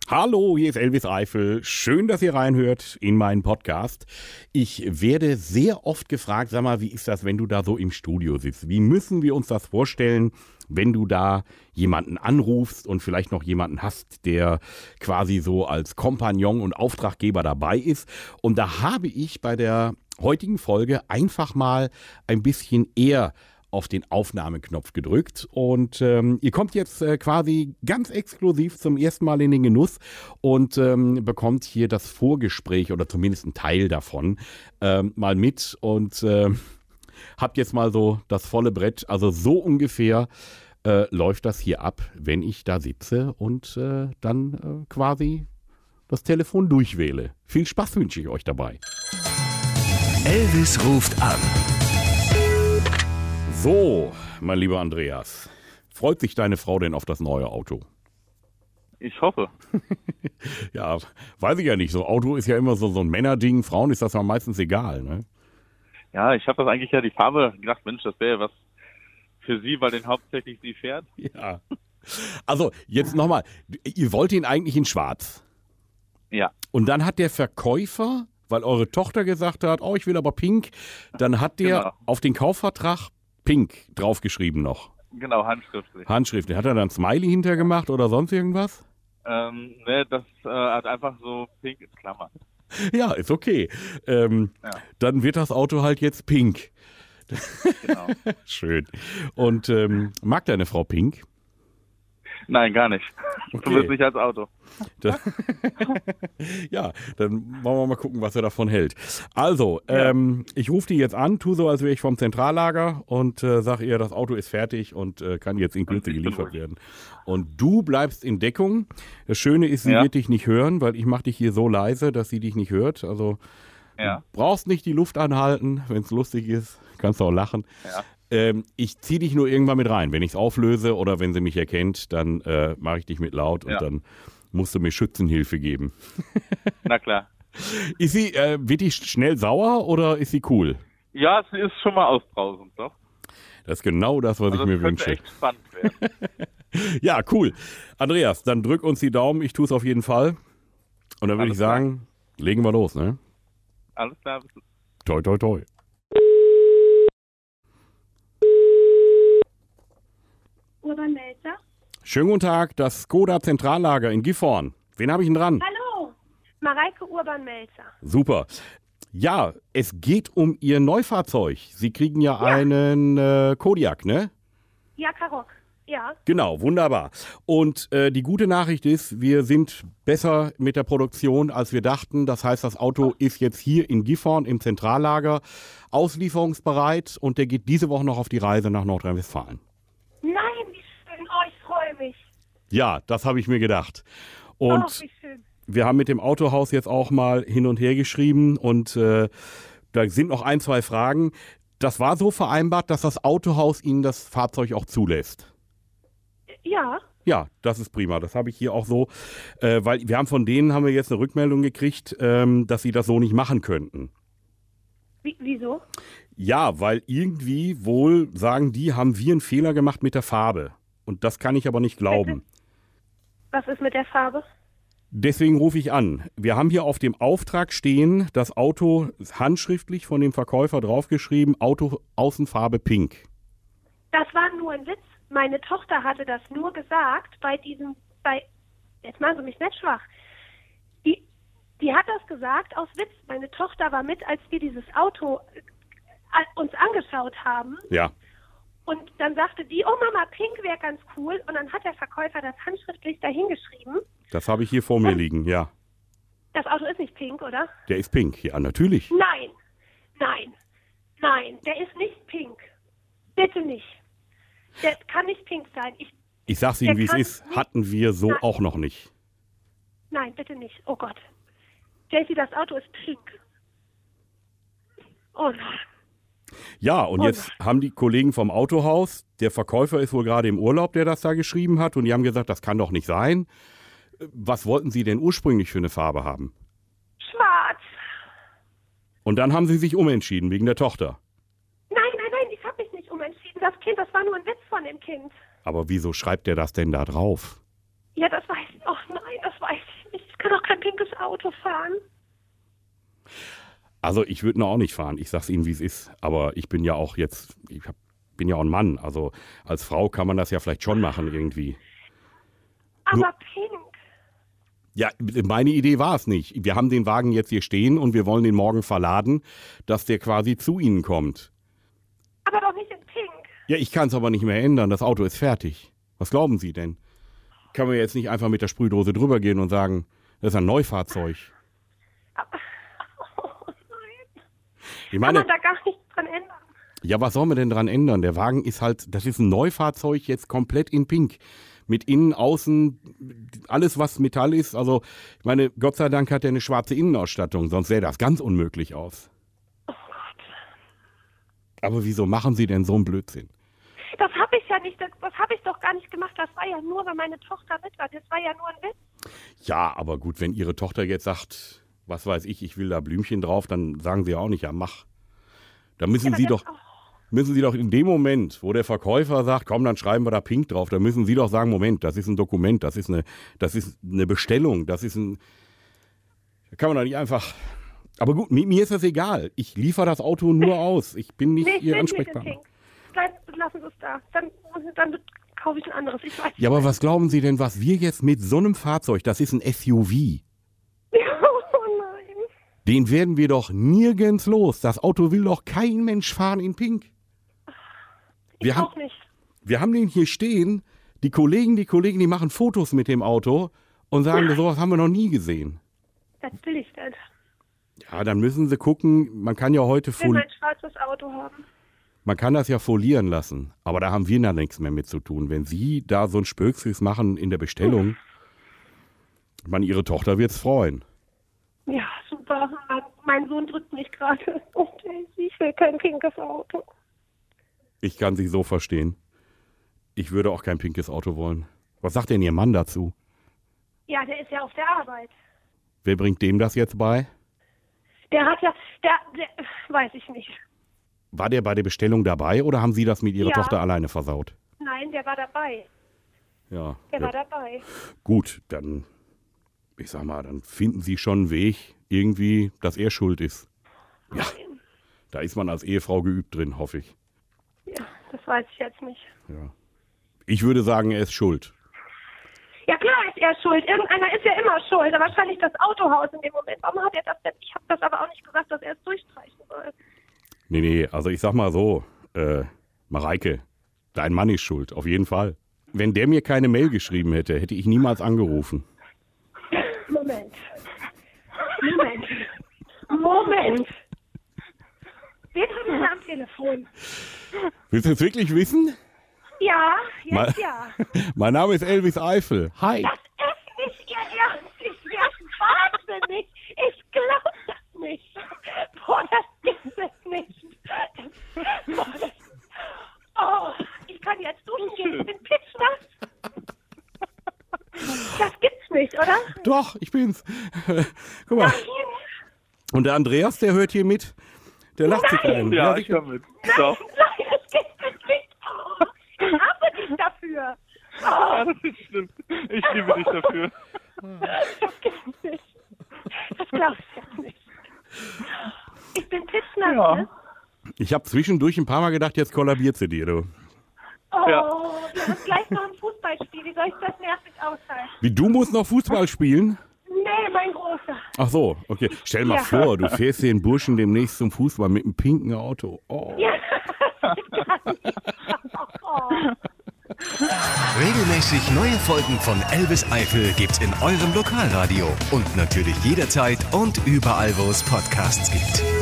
Hallo, hier ist Elvis Eifel. Schön, dass ihr reinhört in meinen Podcast. Ich werde sehr oft gefragt, sag mal, wie ist das, wenn du da so im Studio sitzt? Wie müssen wir uns das vorstellen, wenn du da jemanden anrufst und vielleicht noch jemanden hast, der quasi so als Kompagnon und Auftraggeber dabei ist? Und da habe ich bei der heutigen Folge einfach mal ein bisschen eher auf den Aufnahmeknopf gedrückt und ihr kommt jetzt quasi ganz exklusiv zum ersten Mal in den Genuss und bekommt hier das Vorgespräch oder zumindest einen Teil davon mal mit und habt jetzt mal so das volle Brett, also so ungefähr läuft das hier ab, wenn ich da sitze und dann quasi das Telefon durchwähle. Viel Spaß wünsche ich euch dabei. Elvis ruft an. So, mein lieber Andreas, freut sich deine Frau denn auf das neue Auto? Ich hoffe. Ja, weiß ich ja nicht. So Auto ist ja immer so ein Männerding. Frauen ist das ja meistens egal, ne? Ja, ich habe das eigentlich ja die Farbe gedacht, Mensch, das wäre ja was für sie, weil den hauptsächlich sie fährt. Ja. Also, jetzt nochmal. Ihr wollt ihn eigentlich in schwarz. Ja. Und dann hat der Verkäufer, weil eure Tochter gesagt hat, oh, ich will aber pink, dann hat der auf den Kaufvertrag pink draufgeschrieben noch. Genau, handschriftlich. Handschriftlich. Hat er dann Smiley hintergemacht oder sonst irgendwas? Ne, das hat einfach so pink in Klammern. Ja, ist okay. Dann wird das Auto halt jetzt pink. Genau. Schön. Und mag deine Frau pink? Nein, gar nicht. Okay. Du bist nicht als Auto. Ja, dann wollen wir mal gucken, was er davon hält. Also, ich rufe die jetzt an, tu so, als wäre ich vom Zentrallager und sag ihr, das Auto ist fertig und kann jetzt in Kürze geliefert werden. Und du bleibst in Deckung. Das Schöne ist, sie wird dich nicht hören, weil ich mache dich hier so leise, dass sie dich nicht hört. Also, du brauchst nicht die Luft anhalten, wenn es lustig ist, kannst du auch lachen. Ja. Ich ziehe dich nur irgendwann mit rein. Wenn ich es auflöse oder wenn sie mich erkennt, dann mache ich dich mit laut und dann musst du mir Schützenhilfe geben. Na klar. Ist sie, wird die schnell sauer oder ist sie cool? Ja, sie ist schon mal ausbrausend, doch. Das ist genau das, was ich mir wünsche. Echt spannend werden. Ja, cool. Andreas, dann drück uns die Daumen. Ich tue es auf jeden Fall. Und dann würde ich sagen, legen wir los, ne? Alles klar. Toi, toi, toi. Urban Melzer. Schönen guten Tag, das Skoda Zentrallager in Gifhorn. Wen habe ich denn dran? Hallo, Mareike Urban Melzer. Super. Ja, es geht um Ihr Neufahrzeug. Sie kriegen ja einen Kodiaq, ne? Ja, Karoq. Ja. Genau, wunderbar. Und die gute Nachricht ist, wir sind besser mit der Produktion, als wir dachten. Das heißt, das Auto ist jetzt hier in Gifhorn im Zentrallager auslieferungsbereit und der geht diese Woche noch auf die Reise nach Nordrhein-Westfalen. Nein, wie schön. Oh, ich freue mich. Ja, das habe ich mir gedacht. Und wie schön. wir haben mit dem Autohaus jetzt auch mal hin und her geschrieben und da sind noch ein, zwei Fragen. Das war so vereinbart, dass das Autohaus Ihnen das Fahrzeug auch zulässt. Ja. Ja, das ist prima. Das habe ich hier auch so, weil wir haben von denen haben wir jetzt eine Rückmeldung gekriegt, dass sie das so nicht machen könnten. Wieso? Ja, weil irgendwie wohl, sagen die, haben wir einen Fehler gemacht mit der Farbe. Und das kann ich aber nicht glauben. Was ist mit der Farbe? Deswegen rufe ich an. Wir haben hier auf dem Auftrag stehen, das Auto handschriftlich von dem Verkäufer draufgeschrieben, Auto Außenfarbe pink. Das war nur ein Witz. Meine Tochter hatte das nur gesagt jetzt machen Sie mich nicht schwach. Die hat das gesagt aus Witz. Meine Tochter war mit, als wir dieses Auto uns angeschaut haben. Ja. Und dann sagte die, oh Mama, pink wäre ganz cool. Und dann hat der Verkäufer das handschriftlich dahingeschrieben. Das habe ich hier vor mir liegen, ja. Das Auto ist nicht pink, oder? Der ist pink, ja, natürlich. Nein, der ist nicht pink. Bitte nicht. Der kann nicht pink sein. Ich sag's Ihnen, wie es ist, hatten wir so auch noch nicht. Nein, bitte nicht. Oh Gott. Jessie, das Auto ist pink. Oh nein. Ja, und jetzt haben die Kollegen vom Autohaus, der Verkäufer ist wohl gerade im Urlaub, der das da geschrieben hat, und die haben gesagt, das kann doch nicht sein. Was wollten Sie denn ursprünglich für eine Farbe haben? Schwarz. Und dann haben Sie sich umentschieden, wegen der Tochter. Nein, ich habe mich nicht umentschieden. Das Kind, das war nur ein Witz von dem Kind. Aber wieso schreibt der das denn da drauf? Ja, das weiß ich. Oh nein, das weiß ich Auto fahren? Also ich würde noch auch nicht fahren. Ich sag's Ihnen, wie es ist. Aber ich bin ja auch jetzt, bin ja auch ein Mann. Also als Frau kann man das ja vielleicht schon machen irgendwie. Aber pink. Ja, meine Idee war es nicht. Wir haben den Wagen jetzt hier stehen und wir wollen den morgen verladen, dass der quasi zu Ihnen kommt. Aber doch nicht in pink. Ja, ich kann es aber nicht mehr ändern. Das Auto ist fertig. Was glauben Sie denn? Kann man jetzt nicht einfach mit der Sprühdose drüber gehen und sagen, das ist ein Neufahrzeug? Oh nein. Ich meine, kann man da gar nichts dran ändern? Ja, was soll man denn dran ändern? Der Wagen ist halt, das ist ein Neufahrzeug jetzt komplett in pink. Mit innen, außen, alles was Metall ist. Also, ich meine, Gott sei Dank hat er eine schwarze Innenausstattung, sonst sähe das ganz unmöglich aus. Oh Gott. Aber wieso machen Sie denn so einen Blödsinn? Das habe ich ja nicht, das habe ich doch gar nicht gemacht. Das war ja nur, weil meine Tochter mit war. Das war ja nur ein Witz. Ja, aber gut, wenn Ihre Tochter jetzt sagt, was weiß ich will da Blümchen drauf, dann sagen Sie ja auch nicht, ja mach. Da müssen Sie doch in dem Moment, wo der Verkäufer sagt, komm, dann schreiben wir da pink drauf, da müssen Sie doch sagen, Moment, das ist ein Dokument, das ist eine Bestellung, da kann man doch nicht einfach. Aber gut, mir ist das egal. Ich liefere das Auto nur aus. Ich bin nicht Ihr Ansprechpartner. Lassen Sie es da. Dann kaufe ich ein anderes. Ich weiß ja, aber was glauben Sie denn, was wir jetzt mit so einem Fahrzeug, das ist ein SUV. Oh nein. Den werden wir doch nirgends los. Das Auto will doch kein Mensch fahren in pink. Ich auch nicht. Wir haben den hier stehen. Die Kollegen, die machen Fotos mit dem Auto und sagen, sowas haben wir noch nie gesehen. Das will ich nicht. Ja, dann müssen Sie gucken, man kann ja heute Ich will ein schwarzes Auto haben. Man kann das ja folieren lassen, aber da haben wir da nichts mehr mit zu tun. Wenn Sie da so ein Spöksels machen in der Bestellung, ich meine, Ihre Tochter wird's freuen. Ja, super. Mein Sohn drückt mich gerade. Und ich will kein pinkes Auto. Ich kann Sie so verstehen. Ich würde auch kein pinkes Auto wollen. Was sagt denn Ihr Mann dazu? Ja, der ist ja auf der Arbeit. Wer bringt dem das jetzt bei? Der weiß ich nicht. War der bei der Bestellung dabei oder haben Sie das mit Ihrer Ja. Tochter alleine versaut? Nein, der war dabei. Ja. Der war dabei. Gut, dann, ich sag mal, dann finden Sie schon einen Weg, irgendwie, dass er schuld ist. Ja, da ist man als Ehefrau geübt drin, hoffe ich. Ja, das weiß ich jetzt nicht. Ja. Ich würde sagen, er ist schuld. Ja, klar ist er schuld. Irgendeiner ist ja immer schuld. Aber wahrscheinlich das Autohaus in dem Moment. Warum hat er das denn? Ich habe das aber auch nicht gesagt, dass er es durchstreichen soll. Nee, also ich sag mal so, Mareike, dein Mann ist schuld, auf jeden Fall. Wenn der mir keine Mail geschrieben hätte, hätte ich niemals angerufen. Moment. Wen haben wir am Telefon? Willst du es wirklich wissen? Ja, jetzt ja. Mein Name ist Elvis Eifel. Hi. Das ist nicht Ihr Ernst. Ich werde wahnsinnig. Ich glaube das nicht. Boah, das gibt es nicht. Ich kann jetzt duschen gehen. Ich bin pitchnass. Das gibt's nicht, oder? Doch, ich bin's. Guck mal. Nein. Und der Andreas, der hört hier mit. Der lacht sich ein. Ja, ich komme mit. Doch. Nein, das gibt es nicht. Ich hasse dich dafür. Ja, das ist schlimm. Ich liebe dich dafür. Das gibt's nicht. Das glaubst du jetzt nicht. Ich bin pitchnass, Ja. ne? Ich habe zwischendurch ein paar Mal gedacht, jetzt kollabiert sie dir, du. Oh, Ja. wir haben gleich noch ein Fußballspiel. Wie soll ich das nervig aushalten? Wie, du musst noch Fußball spielen? Nee, mein Großer. Ach so, okay. Stell mal Ja. vor, du fährst den Burschen demnächst zum Fußball mit einem pinken Auto. Oh. Ja, das geht gar nicht. Oh. Regelmäßig neue Folgen von Elvis Eifel gibt's in eurem Lokalradio und natürlich jederzeit und überall, wo es Podcasts gibt.